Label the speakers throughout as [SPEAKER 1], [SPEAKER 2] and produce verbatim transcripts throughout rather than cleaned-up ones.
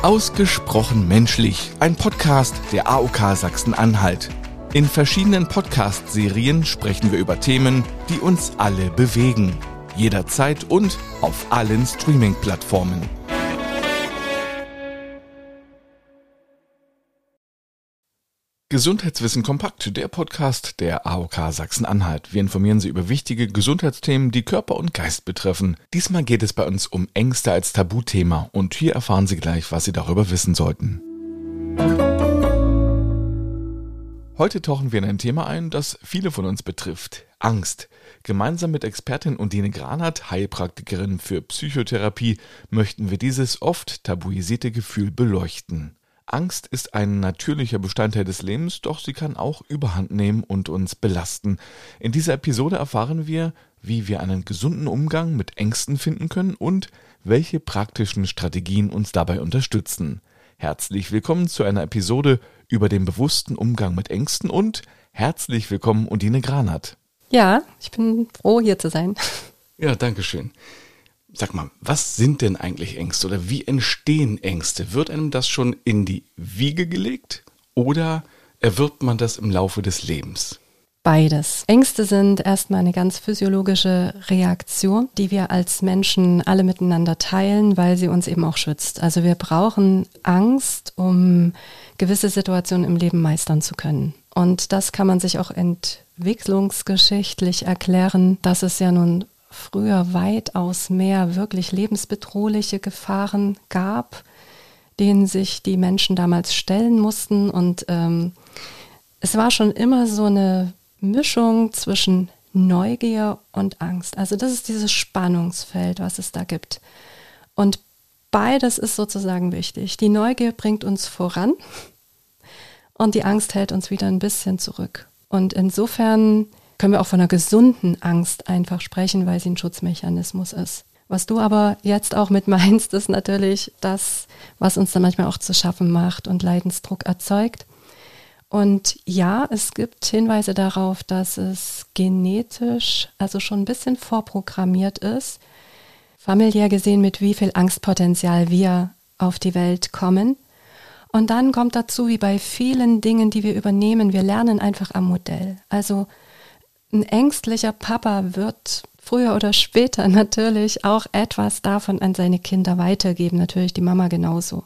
[SPEAKER 1] Ausgesprochen menschlich, ein Podcast der A O K Sachsen-Anhalt. In verschiedenen Podcast-Serien sprechen wir über Themen, die uns alle bewegen. Jederzeit und auf allen Streaming-Plattformen. Gesundheitswissen kompakt, der Podcast der A O K Sachsen-Anhalt. Wir informieren Sie über wichtige Gesundheitsthemen, die Körper und Geist betreffen. Diesmal geht es bei uns um Ängste als Tabuthema und hier erfahren Sie gleich, was Sie darüber wissen sollten. Heute tauchen wir in ein Thema ein, das viele von uns betrifft. Angst. Gemeinsam mit Expertin Undine Granat, Heilpraktikerin für Psychotherapie, möchten wir dieses oft tabuisierte Gefühl beleuchten. Angst ist ein natürlicher Bestandteil des Lebens, doch sie kann auch Überhand nehmen und uns belasten. In dieser Episode erfahren wir, wie wir einen gesunden Umgang mit Ängsten finden können und welche praktischen Strategien uns dabei unterstützen. Herzlich willkommen zu einer Episode über den bewussten Umgang mit Ängsten und herzlich willkommen Undine Granat.
[SPEAKER 2] Ja, ich bin froh, hier zu sein.
[SPEAKER 1] Ja, danke schön. Sag mal, was sind denn eigentlich Ängste oder wie entstehen Ängste? Wird einem das schon in die Wiege gelegt oder erwirbt man das im Laufe des Lebens?
[SPEAKER 2] Beides. Ängste sind erstmal eine ganz physiologische Reaktion, die wir als Menschen alle miteinander teilen, weil sie uns eben auch schützt. Also wir brauchen Angst, um gewisse Situationen im Leben meistern zu können. Und das kann man sich auch entwicklungsgeschichtlich erklären, dass es ja nun früher weitaus mehr wirklich lebensbedrohliche Gefahren gab, denen sich die Menschen damals stellen mussten. Und ähm, es war schon immer so eine Mischung zwischen Neugier und Angst. Also das ist dieses Spannungsfeld, was es da gibt. Und beides ist sozusagen wichtig. Die Neugier bringt uns voran und die Angst hält uns wieder ein bisschen zurück. Und insofern können wir auch von einer gesunden Angst einfach sprechen, weil sie ein Schutzmechanismus ist. Was du aber jetzt auch mit meinst, ist natürlich das, was uns dann manchmal auch zu schaffen macht und Leidensdruck erzeugt. Und ja, es gibt Hinweise darauf, dass es genetisch, also schon ein bisschen vorprogrammiert ist, familiär gesehen, mit wie viel Angstpotenzial wir auf die Welt kommen. Und dann kommt dazu, wie bei vielen Dingen, die wir übernehmen, wir lernen einfach am Modell. Also ein ängstlicher Papa wird früher oder später natürlich auch etwas davon an seine Kinder weitergeben, natürlich die Mama genauso.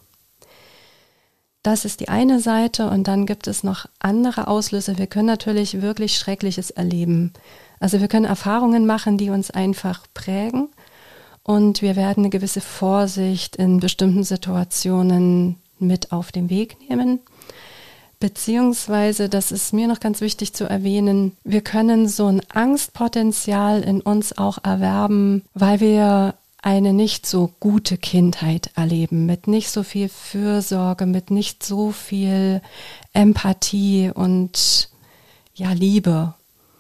[SPEAKER 2] Das ist die eine Seite und dann gibt es noch andere Auslöser. Wir können natürlich wirklich Schreckliches erleben. Also wir können Erfahrungen machen, die uns einfach prägen und wir werden eine gewisse Vorsicht in bestimmten Situationen mit auf den Weg nehmen. Beziehungsweise, das ist mir noch ganz wichtig zu erwähnen, wir können so ein Angstpotenzial in uns auch erwerben, weil wir eine nicht so gute Kindheit erleben, mit nicht so viel Fürsorge, mit nicht so viel Empathie und ja, Liebe.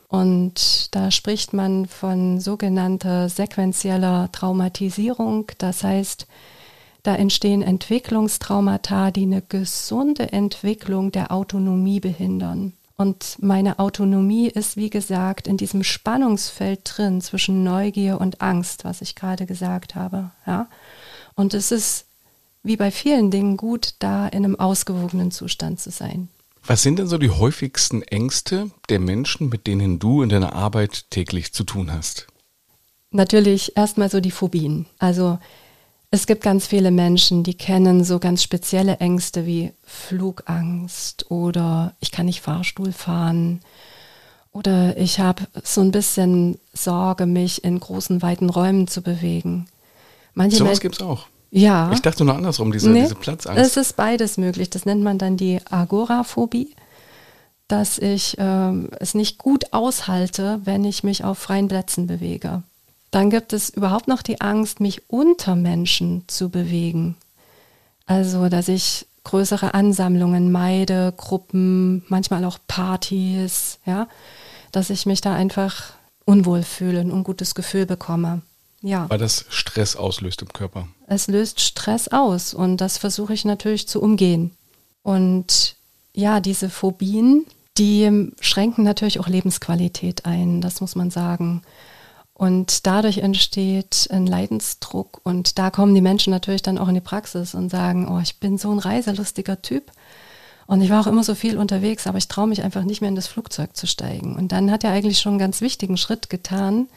[SPEAKER 2] Und da spricht man von sogenannter sequenzieller Traumatisierung, das heißt, da entstehen Entwicklungstraumata, die eine gesunde Entwicklung der Autonomie behindern. Und meine Autonomie ist, wie gesagt, in diesem Spannungsfeld drin zwischen Neugier und Angst, was ich gerade gesagt habe. Ja? Und es ist, wie bei vielen Dingen, gut, da in einem ausgewogenen Zustand zu sein.
[SPEAKER 1] Was sind denn so die häufigsten Ängste der Menschen, mit denen du in deiner Arbeit täglich zu tun hast?
[SPEAKER 2] Natürlich erstmal so die Phobien. Also es gibt ganz viele Menschen, die kennen so ganz spezielle Ängste wie Flugangst oder ich kann nicht Fahrstuhl fahren oder ich habe so ein bisschen Sorge, mich in großen, weiten Räumen zu bewegen. Manche
[SPEAKER 1] So was
[SPEAKER 2] Men-
[SPEAKER 1] gibt es auch?
[SPEAKER 2] Ja.
[SPEAKER 1] Ich dachte nur andersrum, diese,
[SPEAKER 2] Nee,
[SPEAKER 1] diese Platzangst.
[SPEAKER 2] es ist beides möglich. Das nennt man dann die Agoraphobie, dass ich ähm, es nicht gut aushalte, wenn ich mich auf freien Plätzen bewege. Dann gibt es überhaupt noch die Angst, mich unter Menschen zu bewegen. Also, dass ich größere Ansammlungen meide, Gruppen, manchmal auch Partys, ja, dass ich mich da einfach unwohl fühle, ein ungutes Gefühl bekomme. Ja.
[SPEAKER 1] Weil das Stress auslöst im Körper.
[SPEAKER 2] Es löst Stress aus und das versuche ich natürlich zu umgehen. Und ja, diese Phobien, die schränken natürlich auch Lebensqualität ein, das muss man sagen. Und dadurch entsteht ein Leidensdruck und da kommen die Menschen natürlich dann auch in die Praxis und sagen, oh, ich bin so ein reiselustiger Typ und ich war auch immer so viel unterwegs, aber ich traue mich einfach nicht mehr in das Flugzeug zu steigen. Und dann hat er eigentlich schon einen ganz wichtigen Schritt getan,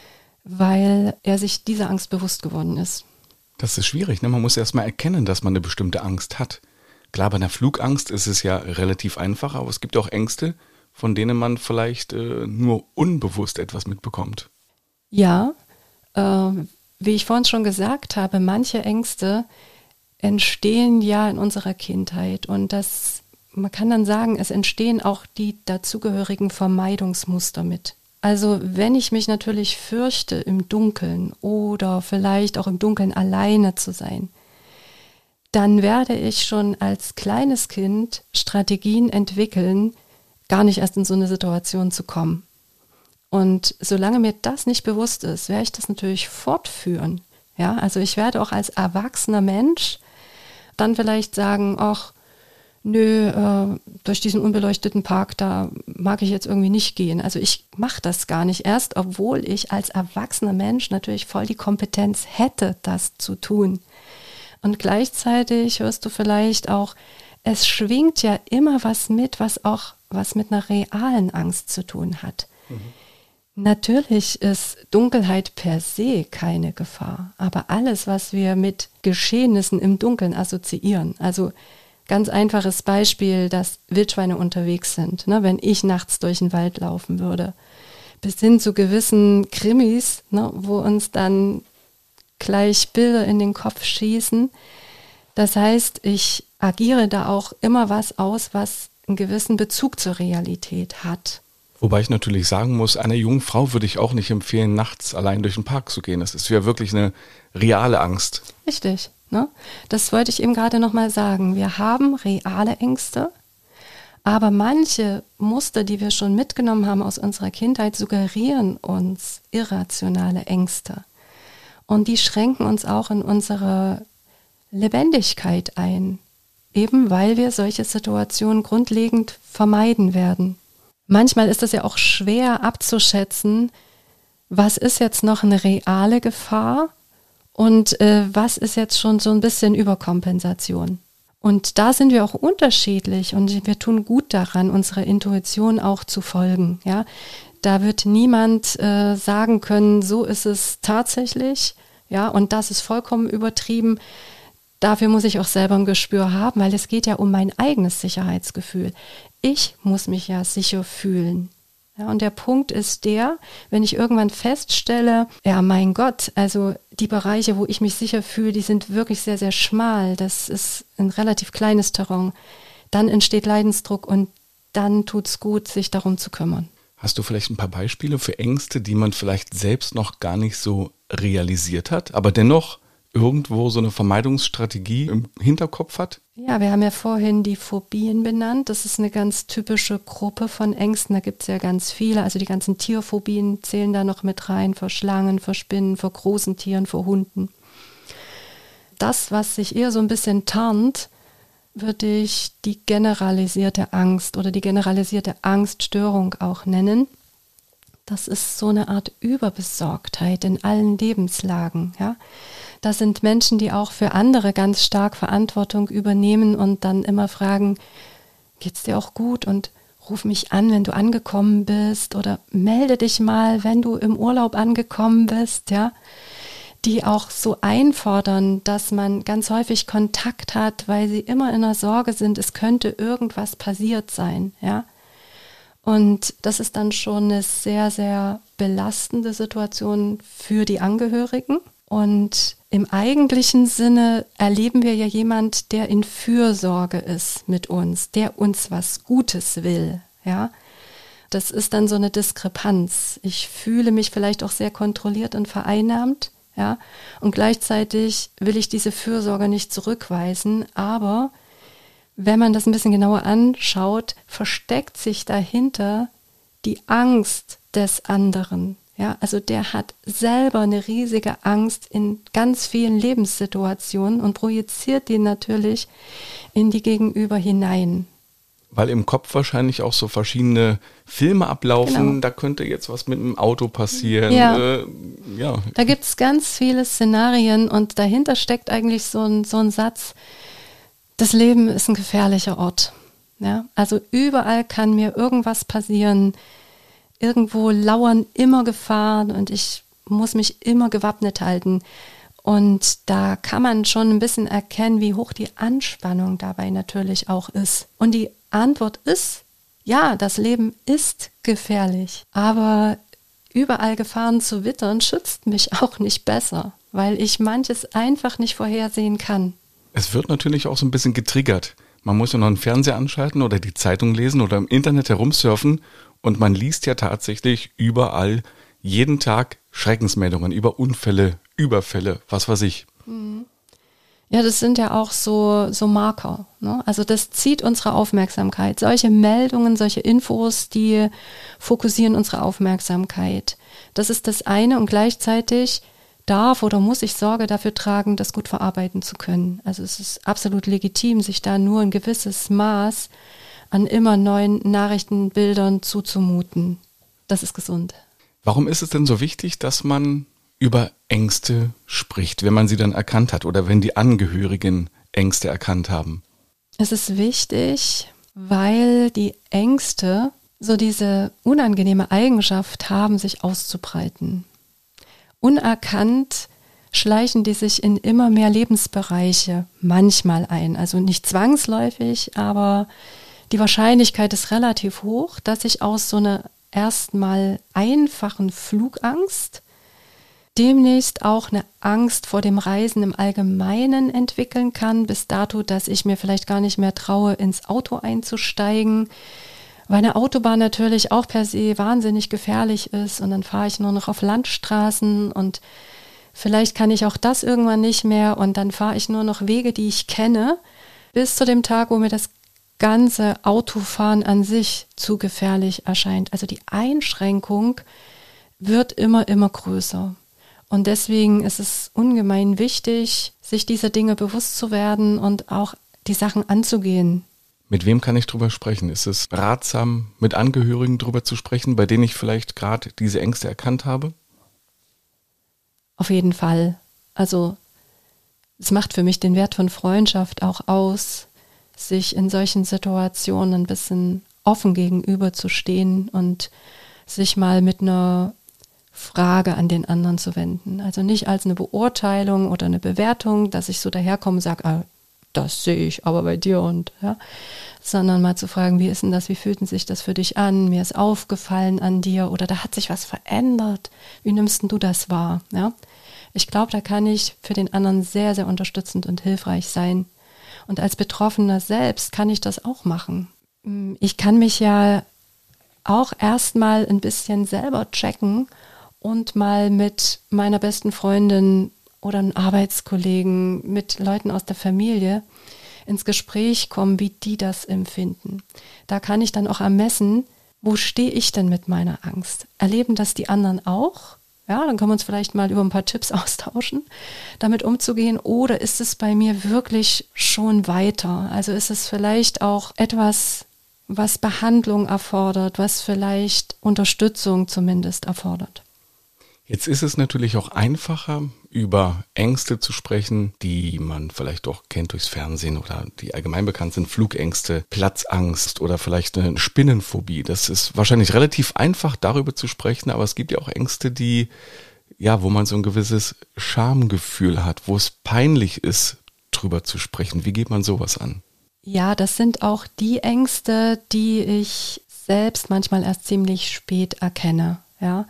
[SPEAKER 2] weil er sich dieser Angst bewusst geworden ist.
[SPEAKER 1] Das ist schwierig, ne? Man muss erst mal erkennen, dass man eine bestimmte Angst hat. Klar, bei einer Flugangst ist es ja relativ einfach, aber es gibt auch Ängste, von denen man vielleicht äh, nur unbewusst etwas mitbekommt.
[SPEAKER 2] Ja, äh, wie ich vorhin schon gesagt habe, manche Ängste entstehen ja in unserer Kindheit und das, man kann dann sagen, es entstehen auch die dazugehörigen Vermeidungsmuster mit. Also wenn ich mich natürlich fürchte, im Dunkeln oder vielleicht auch im Dunkeln alleine zu sein, dann werde ich schon als kleines Kind Strategien entwickeln, gar nicht erst in so eine Situation zu kommen. Und solange mir das nicht bewusst ist, werde ich das natürlich fortführen. Ja, also ich werde auch als erwachsener Mensch dann vielleicht sagen, ach, nö, äh, durch diesen unbeleuchteten Park, da mag ich jetzt irgendwie nicht gehen. Also ich mache das gar nicht erst, obwohl ich als erwachsener Mensch natürlich voll die Kompetenz hätte, das zu tun. Und gleichzeitig hörst du vielleicht auch, es schwingt ja immer was mit, was auch was mit einer realen Angst zu tun hat. Mhm. Natürlich ist Dunkelheit per se keine Gefahr, aber alles, was wir mit Geschehnissen im Dunkeln assoziieren, also ganz einfaches Beispiel, dass Wildschweine unterwegs sind, ne, wenn ich nachts durch den Wald laufen würde, bis hin zu gewissen Krimis, ne, wo uns dann gleich Bilder in den Kopf schießen. Das heißt, ich agiere da auch immer was aus, was einen gewissen Bezug zur Realität hat.
[SPEAKER 1] Wobei ich natürlich sagen muss, einer jungen Frau würde ich auch nicht empfehlen, nachts allein durch den Park zu gehen. Das ist ja wirklich eine reale Angst.
[SPEAKER 2] Richtig, ne? Das wollte ich eben gerade nochmal sagen. Wir haben reale Ängste, aber manche Muster, die wir schon mitgenommen haben aus unserer Kindheit, suggerieren uns irrationale Ängste. Und die schränken uns auch in unsere Lebendigkeit ein, eben weil wir solche Situationen grundlegend vermeiden werden. Manchmal ist es ja auch schwer abzuschätzen, was ist jetzt noch eine reale Gefahr und äh, was ist jetzt schon so ein bisschen Überkompensation. Und da sind wir auch unterschiedlich und wir tun gut daran, unserer Intuition auch zu folgen. Ja? Da wird niemand äh, sagen können, so ist es tatsächlich, ja, und das ist vollkommen übertrieben. Dafür muss ich auch selber ein Gespür haben, weil es geht ja um mein eigenes Sicherheitsgefühl. Ich muss mich ja sicher fühlen. Ja, und der Punkt ist der, wenn ich irgendwann feststelle, ja mein Gott, also die Bereiche, wo ich mich sicher fühle, die sind wirklich sehr, sehr schmal. Das ist ein relativ kleines Terrain. Dann entsteht Leidensdruck und dann tut es gut, sich darum zu kümmern.
[SPEAKER 1] Hast du vielleicht ein paar Beispiele für Ängste, die man vielleicht selbst noch gar nicht so realisiert hat, aber dennoch irgendwo so eine Vermeidungsstrategie im Hinterkopf hat?
[SPEAKER 2] Ja, wir haben ja vorhin die Phobien benannt. Das ist eine ganz typische Gruppe von Ängsten. Da gibt es ja ganz viele. Also die ganzen Tierphobien zählen da noch mit rein. Vor Schlangen, vor Spinnen, vor großen Tieren, vor Hunden. Das, was sich eher so ein bisschen tarnt, würde ich die generalisierte Angst oder die generalisierte Angststörung auch nennen. Das ist so eine Art Überbesorgtheit in allen Lebenslagen, ja. Das sind Menschen, die auch für andere ganz stark Verantwortung übernehmen und dann immer fragen, geht's dir auch gut und ruf mich an, wenn du angekommen bist oder melde dich mal, wenn du im Urlaub angekommen bist, ja. Die auch so einfordern, dass man ganz häufig Kontakt hat, weil sie immer in der Sorge sind, es könnte irgendwas passiert sein, ja. Und das ist dann schon eine sehr, sehr belastende Situation für die Angehörigen. Und im eigentlichen Sinne erleben wir ja jemand, der in Fürsorge ist mit uns, der uns was Gutes will, ja. Das ist dann so eine Diskrepanz. Ich fühle mich vielleicht auch sehr kontrolliert und vereinnahmt, ja. Und gleichzeitig will ich diese Fürsorge nicht zurückweisen, aber wenn man das ein bisschen genauer anschaut, versteckt sich dahinter die Angst des anderen. Ja, also der hat selber eine riesige Angst in ganz vielen Lebenssituationen und projiziert die natürlich in die Gegenüber hinein.
[SPEAKER 1] Weil im Kopf wahrscheinlich auch so verschiedene Filme ablaufen,
[SPEAKER 2] Genau.
[SPEAKER 1] Da könnte jetzt was mit dem Auto passieren.
[SPEAKER 2] Ja.
[SPEAKER 1] Äh, ja.
[SPEAKER 2] Da gibt es ganz viele Szenarien und dahinter steckt eigentlich so ein, so ein Satz, das Leben ist ein gefährlicher Ort. Ja? Also überall kann mir irgendwas passieren, irgendwo lauern immer Gefahren und ich muss mich immer gewappnet halten. Und da kann man schon ein bisschen erkennen, wie hoch die Anspannung dabei natürlich auch ist. Und die Antwort ist, ja, das Leben ist gefährlich. Aber überall Gefahren zu wittern, schützt mich auch nicht besser, weil ich manches einfach nicht vorhersehen kann.
[SPEAKER 1] Es wird natürlich auch so ein bisschen getriggert. Man muss ja noch einen Fernseher anschalten oder die Zeitung lesen oder im Internet herumsurfen und man liest ja tatsächlich überall jeden Tag Schreckensmeldungen über Unfälle, Überfälle, was weiß ich.
[SPEAKER 2] Ja, das sind ja auch so, so Marker. Ne? Also das zieht unsere Aufmerksamkeit. Solche Meldungen, solche Infos, die fokussieren unsere Aufmerksamkeit. Das ist das eine und gleichzeitig darf oder muss ich Sorge dafür tragen, das gut verarbeiten zu können. Also es ist absolut legitim, sich da nur ein gewisses Maß an immer neuen Nachrichtenbildern zuzumuten. Das ist gesund.
[SPEAKER 1] Warum ist es denn so wichtig, dass man über Ängste spricht, wenn man sie dann erkannt hat oder wenn die Angehörigen Ängste erkannt haben?
[SPEAKER 2] Es ist wichtig, weil die Ängste so diese unangenehme Eigenschaft haben, sich auszubreiten. Unerkannt schleichen die sich in immer mehr Lebensbereiche manchmal ein. Also nicht zwangsläufig, aber die Wahrscheinlichkeit ist relativ hoch, dass sich aus so einer erstmal einfachen Flugangst demnächst auch eine Angst vor dem Reisen im Allgemeinen entwickeln kann, bis dato, dass ich mir vielleicht gar nicht mehr traue, ins Auto einzusteigen, weil eine Autobahn natürlich auch per se wahnsinnig gefährlich ist und dann fahre ich nur noch auf Landstraßen und vielleicht kann ich auch das irgendwann nicht mehr und dann fahre ich nur noch Wege, die ich kenne, bis zu dem Tag, wo mir das ganze Autofahren an sich zu gefährlich erscheint. Also die Einschränkung wird immer, immer größer. Und deswegen ist es ungemein wichtig, sich dieser Dinge bewusst zu werden und auch die Sachen anzugehen.
[SPEAKER 1] Mit wem kann ich drüber sprechen? Ist es ratsam, mit Angehörigen drüber zu sprechen, bei denen ich vielleicht gerade diese Ängste erkannt habe?
[SPEAKER 2] Auf jeden Fall. Also es macht für mich den Wert von Freundschaft auch aus, sich in solchen Situationen ein bisschen offen gegenüber zu stehen und sich mal mit einer Frage an den anderen zu wenden. Also nicht als eine Beurteilung oder eine Bewertung, dass ich so daherkomme und sage, ah, das sehe ich aber bei dir und ja, sondern mal zu fragen, wie ist denn das, wie fühlt denn sich das für dich an? Mir ist aufgefallen an dir oder da hat sich was verändert. Wie nimmst denn du das wahr? Ja? Ich glaube, da kann ich für den anderen sehr, sehr unterstützend und hilfreich sein. Und als Betroffener selbst kann ich das auch machen. Ich kann mich ja auch erstmal ein bisschen selber checken und mal mit meiner besten Freundin oder einem Arbeitskollegen, mit Leuten aus der Familie ins Gespräch kommen, wie die das empfinden. Da kann ich dann auch ermessen, wo stehe ich denn mit meiner Angst? Erleben das die anderen auch? Ja, dann können wir uns vielleicht mal über ein paar Tipps austauschen, damit umzugehen. Oder ist es bei mir wirklich schon weiter? Also ist es vielleicht auch etwas, was Behandlung erfordert, was vielleicht Unterstützung zumindest erfordert?
[SPEAKER 1] Jetzt ist es natürlich auch einfacher, über Ängste zu sprechen, die man vielleicht auch kennt durchs Fernsehen oder die allgemein bekannt sind, Flugängste, Platzangst oder vielleicht eine Spinnenphobie. Das ist wahrscheinlich relativ einfach, darüber zu sprechen, aber es gibt ja auch Ängste, die, ja, wo man so ein gewisses Schamgefühl hat, wo es peinlich ist, drüber zu sprechen. Wie geht man sowas an?
[SPEAKER 2] Ja, das sind auch die Ängste, die ich selbst manchmal erst ziemlich spät erkenne, ja.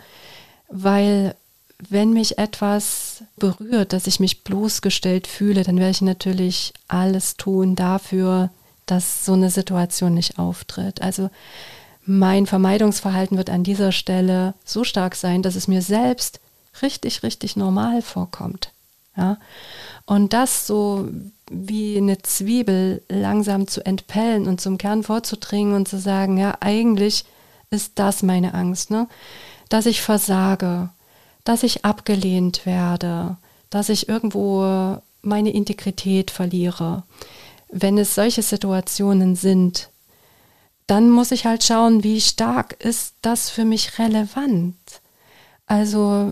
[SPEAKER 2] Weil wenn mich etwas berührt, dass ich mich bloßgestellt fühle, dann werde ich natürlich alles tun dafür, dass so eine Situation nicht auftritt. Also mein Vermeidungsverhalten wird an dieser Stelle so stark sein, dass es mir selbst richtig, richtig normal vorkommt. Ja? Und das so wie eine Zwiebel langsam zu entpellen und zum Kern vorzudringen und zu sagen, ja, eigentlich ist das meine Angst, ne? Dass ich versage, dass ich abgelehnt werde, dass ich irgendwo meine Integrität verliere. Wenn es solche Situationen sind, dann muss ich halt schauen, wie stark ist das für mich relevant. Also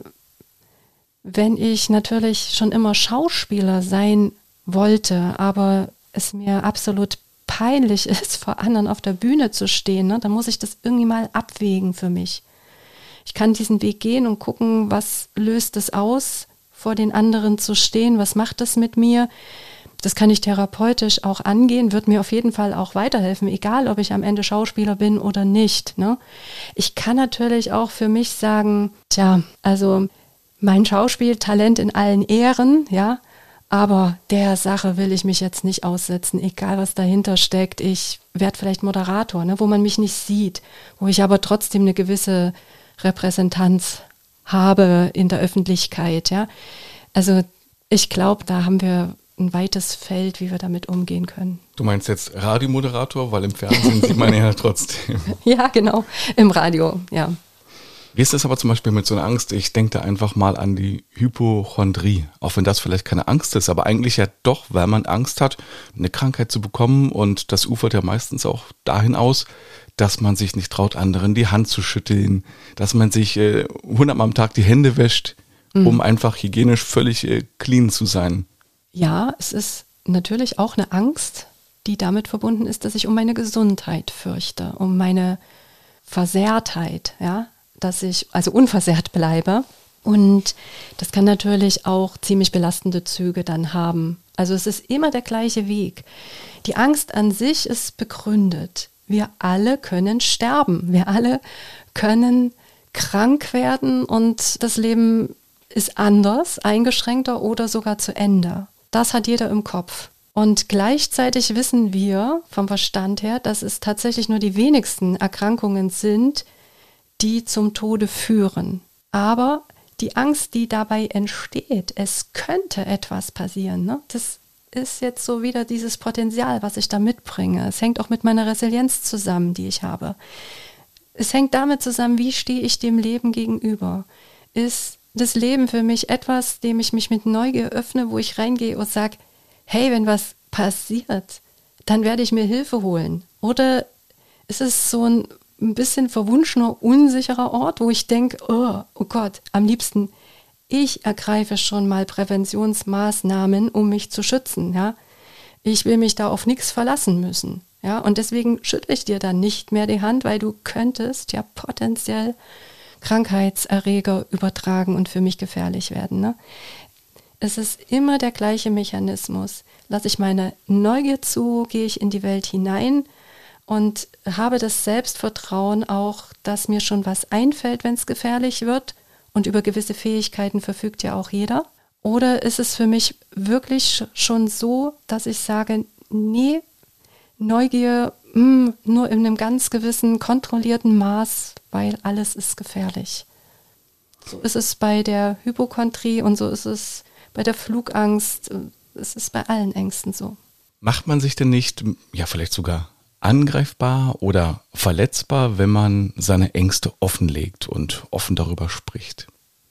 [SPEAKER 2] wenn ich natürlich schon immer Schauspieler sein wollte, aber es mir absolut peinlich ist, vor anderen auf der Bühne zu stehen, ne, dann muss ich das irgendwie mal abwägen für mich. Ich kann diesen Weg gehen und gucken, was löst es aus, vor den anderen zu stehen, was macht das mit mir. Das kann ich therapeutisch auch angehen, wird mir auf jeden Fall auch weiterhelfen, egal ob ich am Ende Schauspieler bin oder nicht. Ne? Ich kann natürlich auch für mich sagen, tja, also mein Schauspieltalent in allen Ehren, ja, aber der Sache will ich mich jetzt nicht aussetzen, egal was dahinter steckt. Ich werde vielleicht Moderator, ne, wo man mich nicht sieht, wo ich aber trotzdem eine gewisse Repräsentanz habe in der Öffentlichkeit. Ja. Also ich glaube, da haben wir ein weites Feld, wie wir damit umgehen können.
[SPEAKER 1] Du meinst jetzt Radiomoderator, weil im Fernsehen sieht man ja trotzdem.
[SPEAKER 2] Ja, genau, im Radio, ja.
[SPEAKER 1] Wie ist das aber zum Beispiel mit so einer Angst? Ich denke da einfach mal an die Hypochondrie, auch wenn das vielleicht keine Angst ist, aber eigentlich ja doch, weil man Angst hat, eine Krankheit zu bekommen, und das ufert ja meistens auch dahin aus, dass man sich nicht traut, anderen die Hand zu schütteln, dass man sich äh, hundertmal am Tag die Hände wäscht, mhm. um einfach hygienisch völlig äh, clean zu sein.
[SPEAKER 2] Ja, es ist natürlich auch eine Angst, die damit verbunden ist, dass ich um meine Gesundheit fürchte, um meine Versehrtheit, ja, dass ich also unversehrt bleibe. Und das kann natürlich auch ziemlich belastende Züge dann haben. Also es ist immer der gleiche Weg. Die Angst an sich ist begründet. Wir alle können sterben. Wir alle können krank werden und das Leben ist anders, eingeschränkter oder sogar zu Ende. Das hat jeder im Kopf. Und gleichzeitig wissen wir vom Verstand her, dass es tatsächlich nur die wenigsten Erkrankungen sind, die zum Tode führen. Aber die Angst, die dabei entsteht, es könnte etwas passieren, ne? Das ist jetzt so wieder dieses Potenzial, was ich da mitbringe. Es hängt auch mit meiner Resilienz zusammen, die ich habe. Es hängt damit zusammen, wie stehe ich dem Leben gegenüber? Ist das Leben für mich etwas, dem ich mich mit Neugier öffne, wo ich reingehe und sage, hey, wenn was passiert, dann werde ich mir Hilfe holen? Oder ist es so ein ein bisschen verwunschener, unsicherer Ort, wo ich denke, oh, oh Gott, am liebsten, ich ergreife schon mal Präventionsmaßnahmen, um mich zu schützen. Ja? Ich will mich da auf nichts verlassen müssen. Ja? Und deswegen schüttle ich dir dann nicht mehr die Hand, weil du könntest ja potenziell Krankheitserreger übertragen und für mich gefährlich werden. Ne? Es ist immer der gleiche Mechanismus. Lasse ich meine Neugier zu, gehe ich in die Welt hinein und habe das Selbstvertrauen auch, dass mir schon was einfällt, wenn es gefährlich wird. Und über gewisse Fähigkeiten verfügt ja auch jeder. Oder ist es für mich wirklich schon so, dass ich sage, nee, Neugier mh, nur in einem ganz gewissen kontrollierten Maß, weil alles ist gefährlich. So ist es bei der Hypochondrie und so ist es bei der Flugangst. Es ist bei allen Ängsten so.
[SPEAKER 1] Macht man sich denn nicht, ja vielleicht sogar angreifbar oder verletzbar, wenn man seine Ängste offenlegt und offen darüber spricht?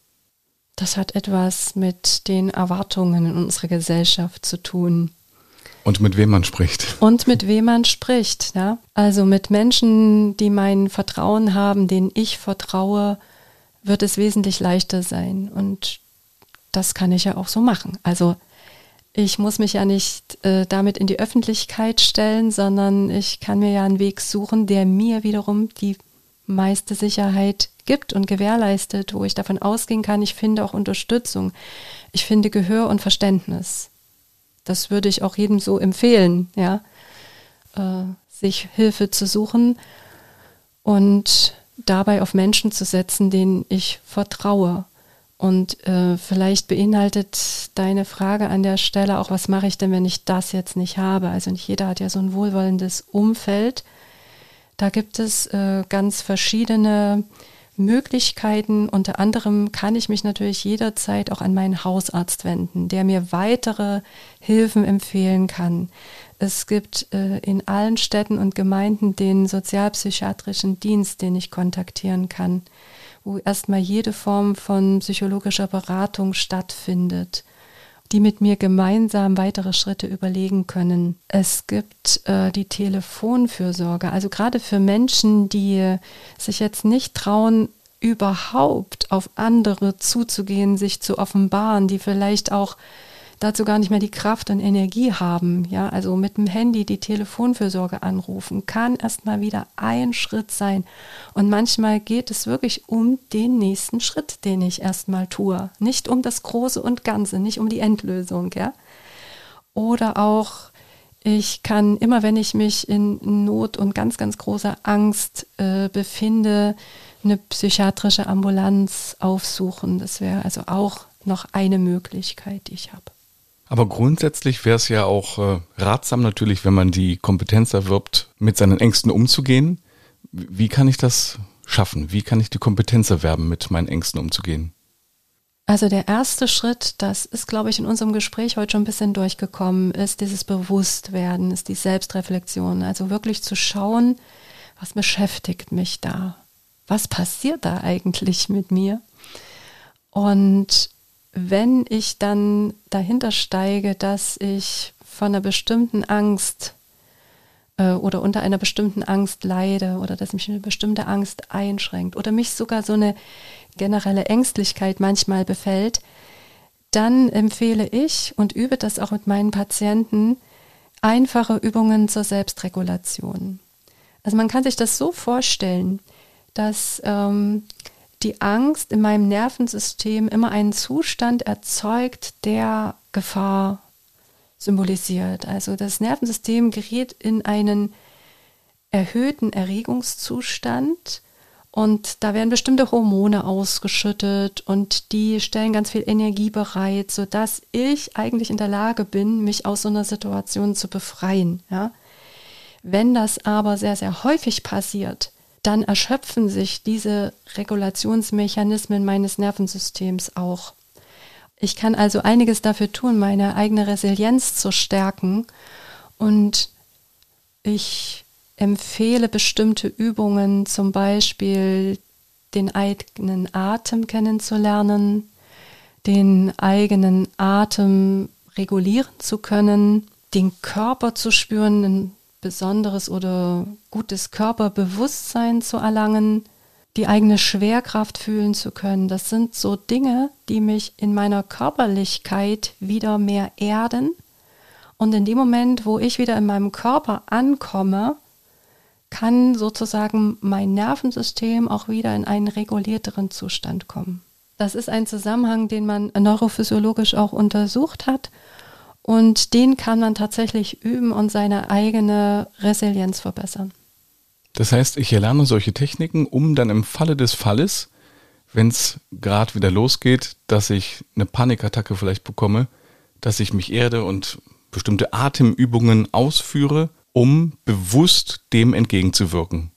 [SPEAKER 2] Das hat etwas mit den Erwartungen in unserer Gesellschaft zu tun.
[SPEAKER 1] Und mit wem man spricht.
[SPEAKER 2] Und mit wem man spricht. Ja? Also mit Menschen, die mein Vertrauen haben, denen ich vertraue, wird es wesentlich leichter sein. Und das kann ich ja auch so machen. Also ich muss mich ja nicht äh, damit in die Öffentlichkeit stellen, sondern ich kann mir ja einen Weg suchen, der mir wiederum die meiste Sicherheit gibt und gewährleistet, wo ich davon ausgehen kann, ich finde auch Unterstützung. Ich finde Gehör und Verständnis. Das würde ich auch jedem so empfehlen, ja, äh, sich Hilfe zu suchen und dabei auf Menschen zu setzen, denen ich vertraue. Und äh, vielleicht beinhaltet deine Frage an der Stelle auch, was mache ich denn, wenn ich das jetzt nicht habe? Also nicht jeder hat ja so ein wohlwollendes Umfeld. Da gibt es äh, ganz verschiedene Möglichkeiten. Unter anderem kann ich mich natürlich jederzeit auch an meinen Hausarzt wenden, der mir weitere Hilfen empfehlen kann. Es gibt äh, in allen Städten und Gemeinden den sozialpsychiatrischen Dienst, den ich kontaktieren kann, wo erstmal jede Form von psychologischer Beratung stattfindet. die mit mir gemeinsam weitere Schritte überlegen können. Es gibt äh, die Telefonfürsorge, also gerade für Menschen, die sich jetzt nicht trauen, überhaupt auf andere zuzugehen, sich zu offenbaren, die vielleicht auch dazu gar nicht mehr die Kraft und Energie haben. Ja, also mit dem Handy die Telefonfürsorge anrufen, kann erstmal wieder ein Schritt sein. Und manchmal geht es wirklich um den nächsten Schritt, den ich erstmal tue. Nicht um das Große und Ganze, nicht um die Endlösung. Ja? Oder auch, ich kann immer, wenn ich mich in Not und ganz, ganz großer Angst äh, befinde, eine psychiatrische Ambulanz aufsuchen. Das wäre also auch noch eine Möglichkeit, die ich habe.
[SPEAKER 1] Aber grundsätzlich wäre es ja auch äh, ratsam natürlich, wenn man die Kompetenz erwirbt, mit seinen Ängsten umzugehen. Wie kann ich das schaffen? Wie kann ich die Kompetenz erwerben, mit meinen Ängsten umzugehen?
[SPEAKER 2] Also der erste Schritt, das ist, glaube ich, in unserem Gespräch heute schon ein bisschen durchgekommen, ist dieses Bewusstwerden, ist die Selbstreflexion. Also wirklich zu schauen, was beschäftigt mich da? Was passiert da eigentlich mit mir? Und wenn ich dann dahinter steige, dass ich von einer bestimmten Angst äh, oder unter einer bestimmten Angst leide oder dass mich eine bestimmte Angst einschränkt oder mich sogar so eine generelle Ängstlichkeit manchmal befällt, dann empfehle ich und übe das auch mit meinen Patienten, einfache Übungen zur Selbstregulation. Also man kann sich das so vorstellen, dass ähm, die Angst in meinem Nervensystem immer einen Zustand erzeugt, der Gefahr symbolisiert. Also das Nervensystem gerät in einen erhöhten Erregungszustand und da werden bestimmte Hormone ausgeschüttet und die stellen ganz viel Energie bereit, sodass ich eigentlich in der Lage bin, mich aus so einer Situation zu befreien. Ja? Wenn das aber sehr, sehr häufig passiert, dann erschöpfen sich diese Regulationsmechanismen meines Nervensystems auch. Ich kann also einiges dafür tun, meine eigene Resilienz zu stärken und ich empfehle bestimmte Übungen, zum Beispiel den eigenen Atem kennenzulernen, den eigenen Atem regulieren zu können, den Körper zu spüren, ein besonderes oder gutes Körperbewusstsein zu erlangen, die eigene Schwerkraft fühlen zu können. Das sind so Dinge, die mich in meiner Körperlichkeit wieder mehr erden. Und in dem Moment, wo ich wieder in meinem Körper ankomme, kann sozusagen mein Nervensystem auch wieder in einen regulierteren Zustand kommen. Das ist ein Zusammenhang, den man neurophysiologisch auch untersucht hat. Und den kann man tatsächlich üben und seine eigene Resilienz verbessern.
[SPEAKER 1] Das heißt, ich erlerne solche Techniken, um dann im Falle des Falles, wenn es gerade wieder losgeht, dass ich eine Panikattacke vielleicht bekomme, dass ich mich erde und bestimmte Atemübungen ausführe, um bewusst dem entgegenzuwirken.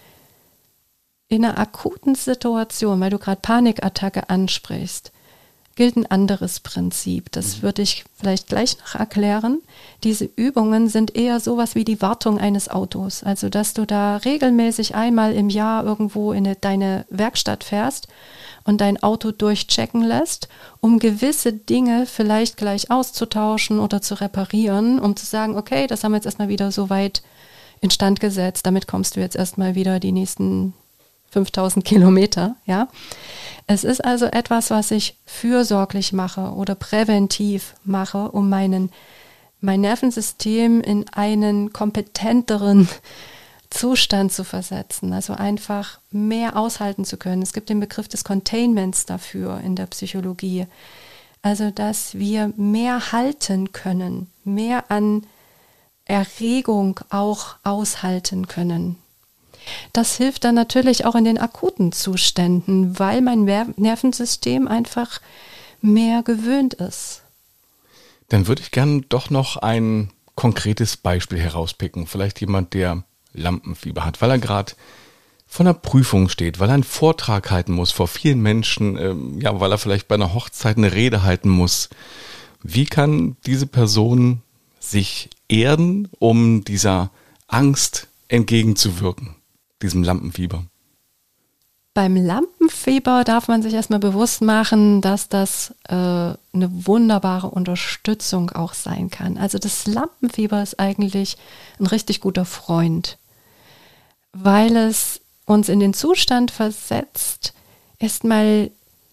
[SPEAKER 2] In einer akuten Situation, weil du gerade Panikattacke ansprichst, gilt ein anderes Prinzip. Das würde ich vielleicht gleich noch erklären. Diese Übungen sind eher sowas wie die Wartung eines Autos. Also, dass du da regelmäßig einmal im Jahr irgendwo in eine, deine Werkstatt fährst und dein Auto durchchecken lässt, um gewisse Dinge vielleicht gleich auszutauschen oder zu reparieren, um zu sagen, okay, das haben wir jetzt erstmal wieder so weit instand gesetzt. Damit kommst du jetzt erstmal wieder die nächsten fünftausend Kilometer, ja. Es ist also etwas, was ich fürsorglich mache oder präventiv mache, um meinen, mein Nervensystem in einen kompetenteren Zustand zu versetzen, also einfach mehr aushalten zu können. Es gibt den Begriff des Containments dafür in der Psychologie. Also, dass wir mehr halten können, mehr an Erregung auch aushalten können. Das hilft dann natürlich auch in den akuten Zuständen, weil mein Nervensystem einfach mehr gewöhnt ist.
[SPEAKER 1] Dann würde ich gerne doch noch ein konkretes Beispiel herauspicken. Vielleicht jemand, der Lampenfieber hat, weil er gerade vor einer Prüfung steht, weil er einen Vortrag halten muss vor vielen Menschen, ähm, ja, weil er vielleicht bei einer Hochzeit eine Rede halten muss. Wie kann diese Person sich erden, um dieser Angst entgegenzuwirken, diesem Lampenfieber?
[SPEAKER 2] Beim Lampenfieber darf man sich erstmal bewusst machen, dass das äh, eine wunderbare Unterstützung auch sein kann. Also das Lampenfieber ist eigentlich ein richtig guter Freund, weil es uns in den Zustand versetzt, erstmal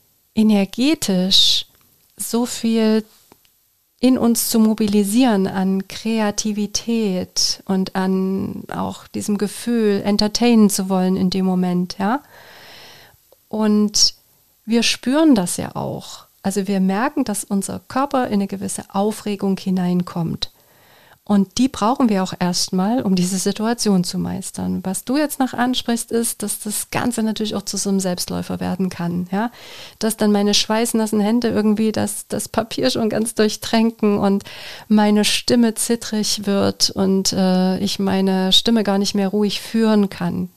[SPEAKER 2] energetisch so viel in uns zu mobilisieren an Kreativität und an auch diesem Gefühl, entertainen zu wollen in dem Moment, ja. Und wir spüren das ja auch. Also wir merken, dass unser Körper in eine gewisse Aufregung hineinkommt. Und die brauchen wir auch erstmal, um diese Situation zu meistern. Was du jetzt noch ansprichst, ist, dass das Ganze natürlich auch zu so einem Selbstläufer werden kann. Ja? Dass dann meine schweißnassen Hände irgendwie das, das Papier schon ganz durchtränken und meine Stimme zittrig wird und äh, ich meine Stimme gar nicht mehr ruhig führen kann.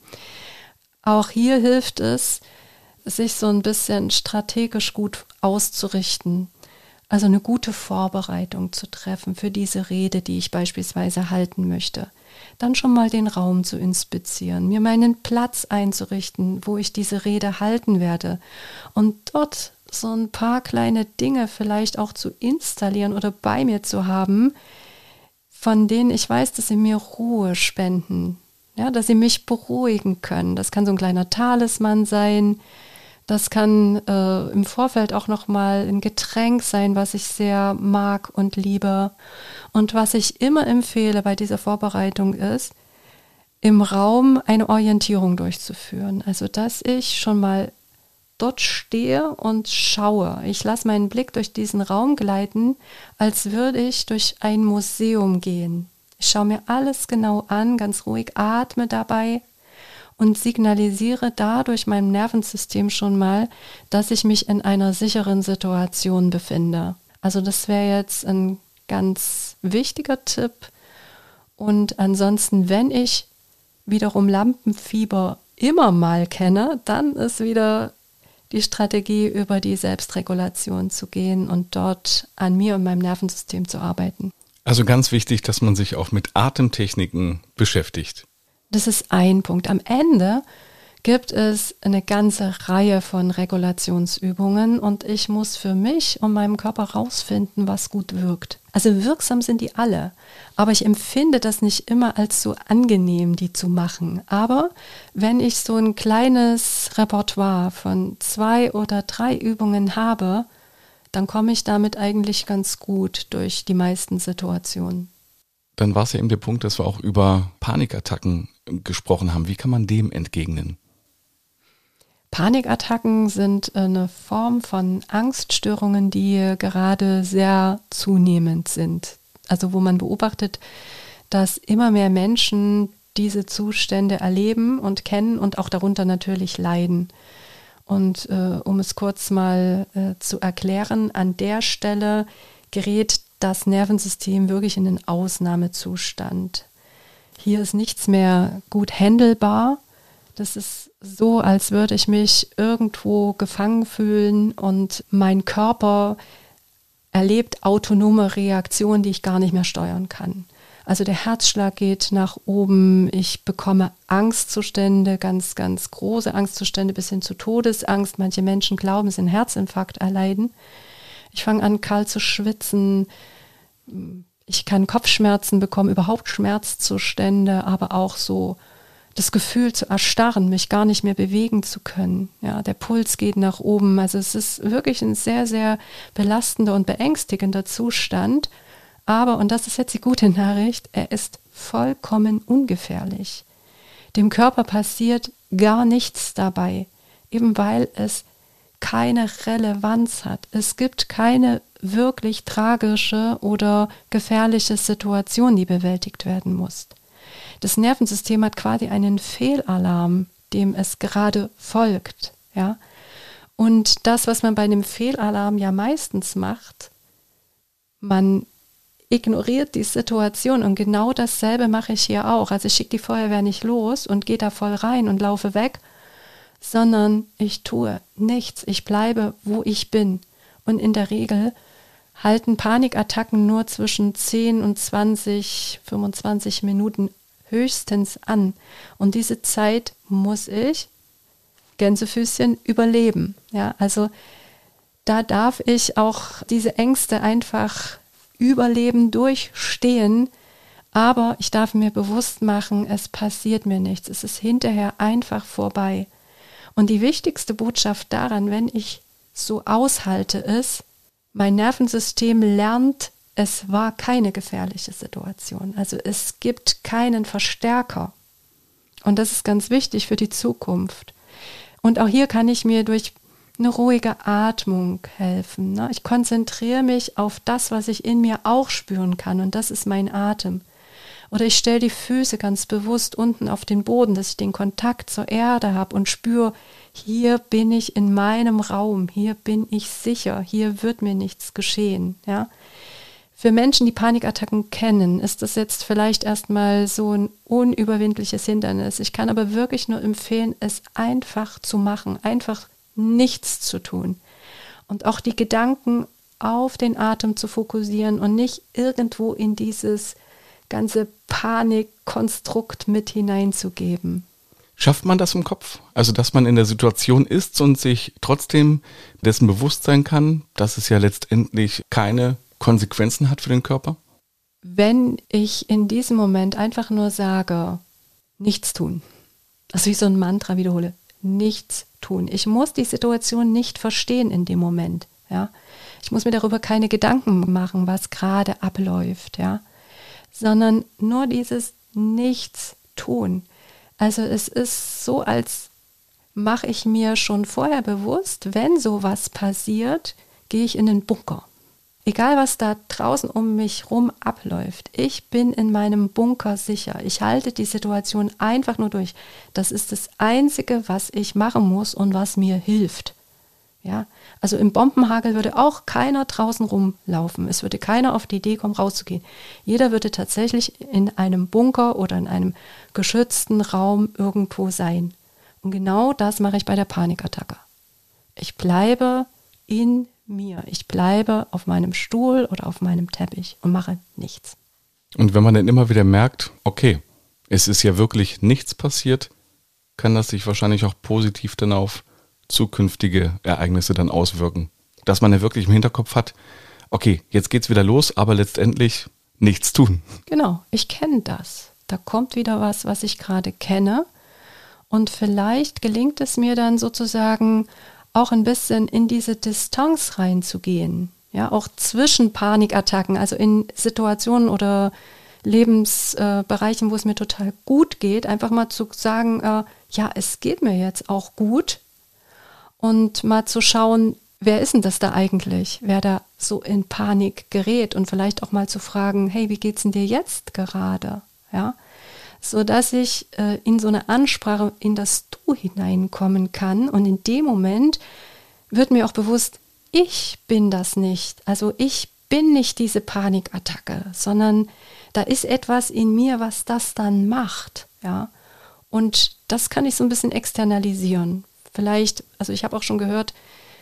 [SPEAKER 2] Auch hier hilft es, sich so ein bisschen strategisch gut auszurichten. Also eine gute Vorbereitung zu treffen für diese Rede, die ich beispielsweise halten möchte. Dann schon mal den Raum zu inspizieren, mir meinen Platz einzurichten, wo ich diese Rede halten werde. Und dort so ein paar kleine Dinge vielleicht auch zu installieren oder bei mir zu haben, von denen ich weiß, dass sie mir Ruhe spenden, ja, dass sie mich beruhigen können. Das kann so ein kleiner Talisman sein. Das kann äh, im Vorfeld auch nochmal ein Getränk sein, was ich sehr mag und liebe. Und was ich immer empfehle bei dieser Vorbereitung ist, im Raum eine Orientierung durchzuführen. Also, dass ich schon mal dort stehe und schaue. Ich lasse meinen Blick durch diesen Raum gleiten, als würde ich durch ein Museum gehen. Ich schaue mir alles genau an, ganz ruhig, atme dabei und signalisiere dadurch meinem Nervensystem schon mal, dass ich mich in einer sicheren Situation befinde. Also das wäre jetzt ein ganz wichtiger Tipp. Und ansonsten, wenn ich wiederum Lampenfieber immer mal kenne, dann ist wieder die Strategie, über die Selbstregulation zu gehen und dort an mir und meinem Nervensystem zu arbeiten.
[SPEAKER 1] Also ganz wichtig, dass man sich auch mit Atemtechniken beschäftigt.
[SPEAKER 2] Das ist ein Punkt. Am Ende gibt es eine ganze Reihe von Regulationsübungen und ich muss für mich und meinem Körper rausfinden, was gut wirkt. Also wirksam sind die alle, aber ich empfinde das nicht immer als so angenehm, die zu machen. Aber wenn ich so ein kleines Repertoire von zwei oder drei Übungen habe, dann komme ich damit eigentlich ganz gut durch die meisten Situationen.
[SPEAKER 1] Dann war es ja eben der Punkt, dass wir auch über Panikattacken gesprochen haben. Wie kann man dem entgegnen?
[SPEAKER 2] Panikattacken sind eine Form von Angststörungen, die gerade sehr zunehmend sind. Also wo man beobachtet, dass immer mehr Menschen diese Zustände erleben und kennen und auch darunter natürlich leiden. Und äh, um es kurz mal äh, zu erklären, an der Stelle gerät das Nervensystem wirklich in den Ausnahmezustand. Hier ist nichts mehr gut handelbar. Das ist so, als würde ich mich irgendwo gefangen fühlen und mein Körper erlebt autonome Reaktionen, die ich gar nicht mehr steuern kann. Also der Herzschlag geht nach oben, ich bekomme Angstzustände, ganz, ganz große Angstzustände bis hin zu Todesangst. Manche Menschen glauben, sie einen Herzinfarkt erleiden. Ich fange an, kalt zu schwitzen. Ich kann Kopfschmerzen bekommen, überhaupt Schmerzzustände, aber auch so das Gefühl zu erstarren, mich gar nicht mehr bewegen zu können. Ja, der Puls geht nach oben. Also es ist wirklich ein sehr, sehr belastender und beängstigender Zustand. Aber, und das ist jetzt die gute Nachricht, er ist vollkommen ungefährlich. Dem Körper passiert gar nichts dabei, eben weil es keine Relevanz hat. Es gibt keine wirklich tragische oder gefährliche Situation, die bewältigt werden muss. Das Nervensystem hat quasi einen Fehlalarm, dem es gerade folgt. Ja? Und das, was man bei einem Fehlalarm ja meistens macht, man ignoriert die Situation und genau dasselbe mache ich hier auch. Also ich schicke die Feuerwehr nicht los und gehe da voll rein und laufe weg, sondern ich tue nichts. Ich bleibe, wo ich bin. Und in der Regel halten Panikattacken nur zwischen zehn und zwanzig, fünfundzwanzig Minuten höchstens an. Und diese Zeit muss ich Gänsefüßchen überleben. Ja, also da darf ich auch diese Ängste einfach überleben, durchstehen, aber ich darf mir bewusst machen, es passiert mir nichts. Es ist hinterher einfach vorbei. Und die wichtigste Botschaft daran, wenn ich so aushalte, ist, mein Nervensystem lernt, es war keine gefährliche Situation. Also es gibt keinen Verstärker. Und das ist ganz wichtig für die Zukunft. Und auch hier kann ich mir durch eine ruhige Atmung helfen. Ne? Ich konzentriere mich auf das, was ich in mir auch spüren kann. Und das ist mein Atem. Oder ich stelle die Füße ganz bewusst unten auf den Boden, dass ich den Kontakt zur Erde habe und spüre, hier bin ich in meinem Raum, hier bin ich sicher, hier wird mir nichts geschehen. Ja? Für Menschen, die Panikattacken kennen, ist das jetzt vielleicht erstmal so ein unüberwindliches Hindernis. Ich kann aber wirklich nur empfehlen, es einfach zu machen, einfach nichts zu tun. Und auch die Gedanken auf den Atem zu fokussieren und nicht irgendwo in dieses ganze Panikkonstrukt mit hineinzugeben.
[SPEAKER 1] Schafft man das im Kopf? Also, dass man in der Situation ist und sich trotzdem dessen bewusst sein kann, dass es ja letztendlich keine Konsequenzen hat für den Körper?
[SPEAKER 2] Wenn ich in diesem Moment einfach nur sage, nichts tun, also wie so ein Mantra wiederhole, nichts tun. Ich muss die Situation nicht verstehen in dem Moment. Ja? Ich muss mir darüber keine Gedanken machen, was gerade abläuft, ja? Sondern nur dieses Nichts tun. Also es ist so, als mache ich mir schon vorher bewusst, wenn sowas passiert, gehe ich in den Bunker. Egal, was da draußen um mich rum abläuft, ich bin in meinem Bunker sicher. Ich halte die Situation einfach nur durch. Das ist das Einzige, was ich machen muss und was mir hilft. Ja, also im Bombenhagel würde auch keiner draußen rumlaufen. Es würde keiner auf die Idee kommen, rauszugehen. Jeder würde tatsächlich in einem Bunker oder in einem geschützten Raum irgendwo sein. Und genau das mache ich bei der Panikattacke. Ich bleibe in mir. Ich bleibe auf meinem Stuhl oder auf meinem Teppich und mache nichts.
[SPEAKER 1] Und wenn man dann immer wieder merkt, okay, es ist ja wirklich nichts passiert, kann das sich wahrscheinlich auch positiv dann auf zukünftige Ereignisse dann auswirken. Dass man ja wirklich im Hinterkopf hat, okay, jetzt geht's wieder los, aber letztendlich nichts tun.
[SPEAKER 2] Genau, ich kenne das. Da kommt wieder was, was ich gerade kenne. Und vielleicht gelingt es mir dann sozusagen auch ein bisschen in diese Distanz reinzugehen. Ja, auch zwischen Panikattacken, also in Situationen oder Lebensbereichen, äh, wo es mir total gut geht, einfach mal zu sagen, äh, ja, es geht mir jetzt auch gut. Und mal zu schauen, wer ist denn das da eigentlich, wer da so in Panik gerät und vielleicht auch mal zu fragen, hey, wie geht's denn dir jetzt gerade? Ja, so dass ich äh, in so eine Ansprache in das Du hineinkommen kann und in dem Moment wird mir auch bewusst, ich bin das nicht, also ich bin nicht diese Panikattacke, sondern da ist etwas in mir, was das dann macht, ja, und das kann ich so ein bisschen externalisieren. Vielleicht, also ich habe auch schon gehört,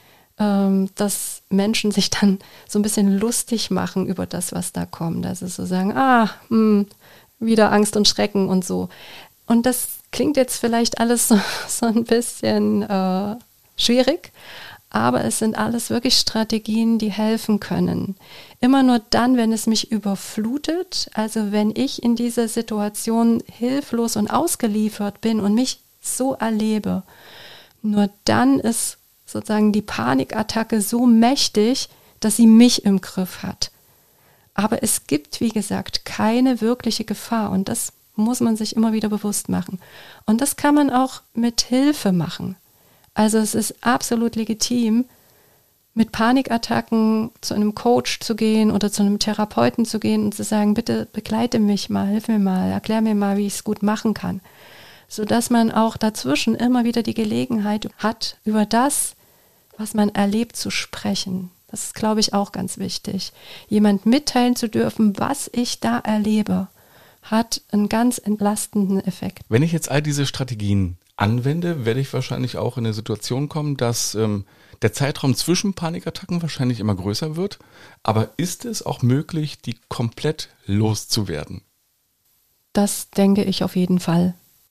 [SPEAKER 2] ähm, dass Menschen sich dann so ein bisschen lustig machen über das, was da kommt. Also so sagen, ah, mh, wieder Angst und Schrecken und so. Und das klingt jetzt vielleicht alles so, so ein bisschen äh, schwierig, aber es sind alles wirklich Strategien, die helfen können. Immer nur dann, wenn es mich überflutet, also wenn ich in dieser Situation hilflos und ausgeliefert bin und mich so erlebe, nur dann ist sozusagen die Panikattacke so mächtig, dass sie mich im Griff hat. Aber es gibt, wie gesagt, keine wirkliche Gefahr und das muss man sich immer wieder bewusst machen. Und das kann man auch mit Hilfe machen. Also es ist absolut legitim, mit Panikattacken zu einem Coach zu gehen oder zu einem Therapeuten zu gehen und zu sagen, bitte begleite mich mal, hilf mir mal, erklär mir mal, wie ich es gut machen kann. Sodass man auch dazwischen immer wieder die Gelegenheit hat, über das, was man erlebt, zu sprechen. Das ist, glaube ich, auch ganz wichtig. Jemand mitteilen zu dürfen, was ich da erlebe, hat einen ganz entlastenden Effekt.
[SPEAKER 1] Wenn ich jetzt all diese Strategien anwende, werde ich wahrscheinlich auch in eine Situation kommen, dass ähm, der Zeitraum zwischen Panikattacken wahrscheinlich immer größer wird. Aber ist es auch möglich, die komplett loszuwerden?
[SPEAKER 2] Das denke ich auf jeden Fall.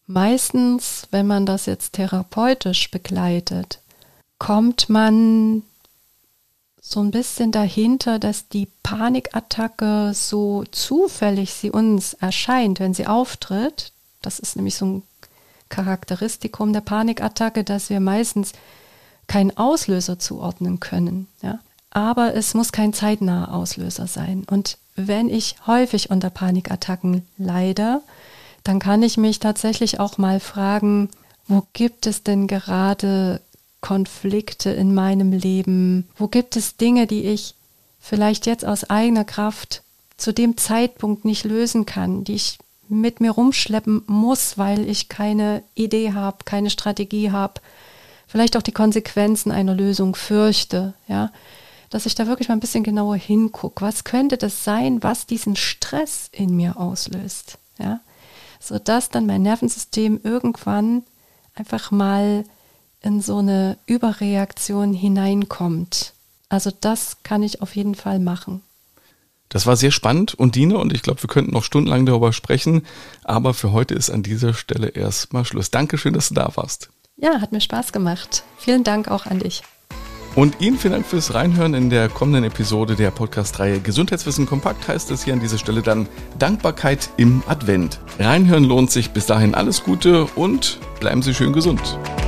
[SPEAKER 2] Meistens, wenn man das jetzt therapeutisch begleitet, kommt man so ein bisschen dahinter, dass die Panikattacke, so zufällig sie uns erscheint, wenn sie auftritt, das ist nämlich so ein Charakteristikum der Panikattacke, dass wir meistens keinen Auslöser zuordnen können. Ja? Aber es muss kein zeitnaher Auslöser sein. Und wenn ich häufig unter Panikattacken leide, dann kann ich mich tatsächlich auch mal fragen, wo gibt es denn gerade Konflikte in meinem Leben? Wo gibt es Dinge, die ich vielleicht jetzt aus eigener Kraft zu dem Zeitpunkt nicht lösen kann, die ich mit mir rumschleppen muss, weil ich keine Idee habe, keine Strategie habe, vielleicht auch die Konsequenzen einer Lösung fürchte, ja, dass ich da wirklich mal ein bisschen genauer hingucke. Was könnte das sein, was diesen Stress in mir auslöst, ja, sodass dann mein Nervensystem irgendwann einfach mal in so eine Überreaktion hineinkommt. Also das kann ich auf jeden Fall machen.
[SPEAKER 1] Das war sehr spannend, Undine, und ich glaube, wir könnten noch stundenlang darüber sprechen, aber für heute ist an dieser Stelle erstmal Schluss. Dankeschön, dass du da warst.
[SPEAKER 2] Ja, hat mir Spaß gemacht. Vielen Dank auch an dich.
[SPEAKER 1] Und Ihnen vielen Dank fürs Reinhören in der kommenden Episode der Podcast-Reihe Gesundheitswissen kompakt, heißt es hier an dieser Stelle dann Dankbarkeit im Advent. Reinhören lohnt sich, bis dahin alles Gute und bleiben Sie schön gesund.